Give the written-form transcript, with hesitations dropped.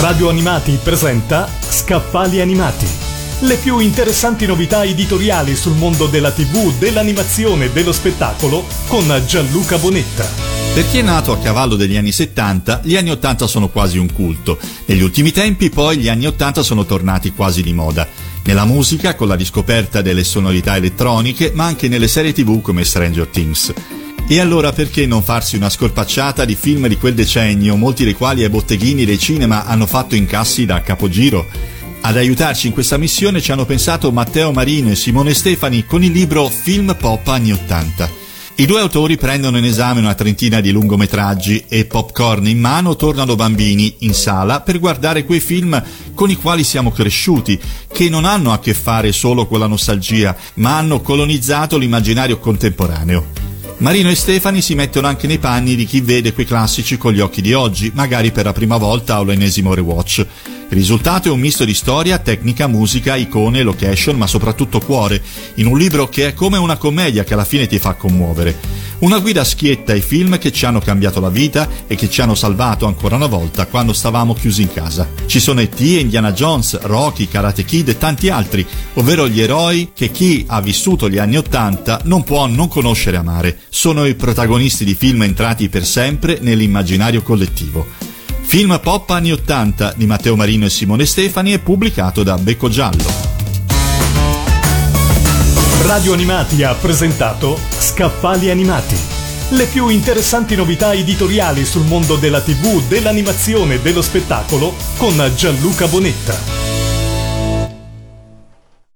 Radio Animati presenta Scaffali Animati. Le più interessanti novità editoriali sul mondo della TV, dell'animazione e dello spettacolo con Gianluca Bonetta. Per chi è nato a cavallo degli anni 70, gli anni 80 sono quasi un culto. Negli ultimi tempi poi gli anni 80 sono tornati quasi di moda. Nella musica, con la riscoperta delle sonorità elettroniche, ma anche nelle serie TV come Stranger Things. E allora perché non farsi una scorpacciata di film di quel decennio, molti dei quali ai botteghini dei cinema hanno fatto incassi da capogiro? Ad aiutarci in questa missione ci hanno pensato Matteo Marino e Simone Stefani con il libro Film Pop anni 80. I due autori prendono in esame una trentina di lungometraggi e, popcorn in mano, tornano bambini in sala per guardare quei film con i quali siamo cresciuti, che non hanno a che fare solo con la nostalgia, ma hanno colonizzato l'immaginario contemporaneo. Marino e Stefani si mettono anche nei panni di chi vede quei classici con gli occhi di oggi, magari per la prima volta o l'ennesimo rewatch. Il risultato è un misto di storia, tecnica, musica, icone, location, ma soprattutto cuore, in un libro che è come una commedia che alla fine ti fa commuovere. Una guida schietta ai film che ci hanno cambiato la vita e che ci hanno salvato ancora una volta quando stavamo chiusi in casa. Ci sono E.T., Indiana Jones, Rocky, Karate Kid e tanti altri, ovvero gli eroi che chi ha vissuto gli anni 80 non può non conoscere e amare. Sono i protagonisti di film entrati per sempre nell'immaginario collettivo. Film Pop anni 80 di Matteo Marino e Simone Stefani è pubblicato da Becco Giallo. Radio Animati ha presentato Scaffali Animati. Le più interessanti novità editoriali sul mondo della TV, dell'animazione e dello spettacolo con Gianluca Bonetta.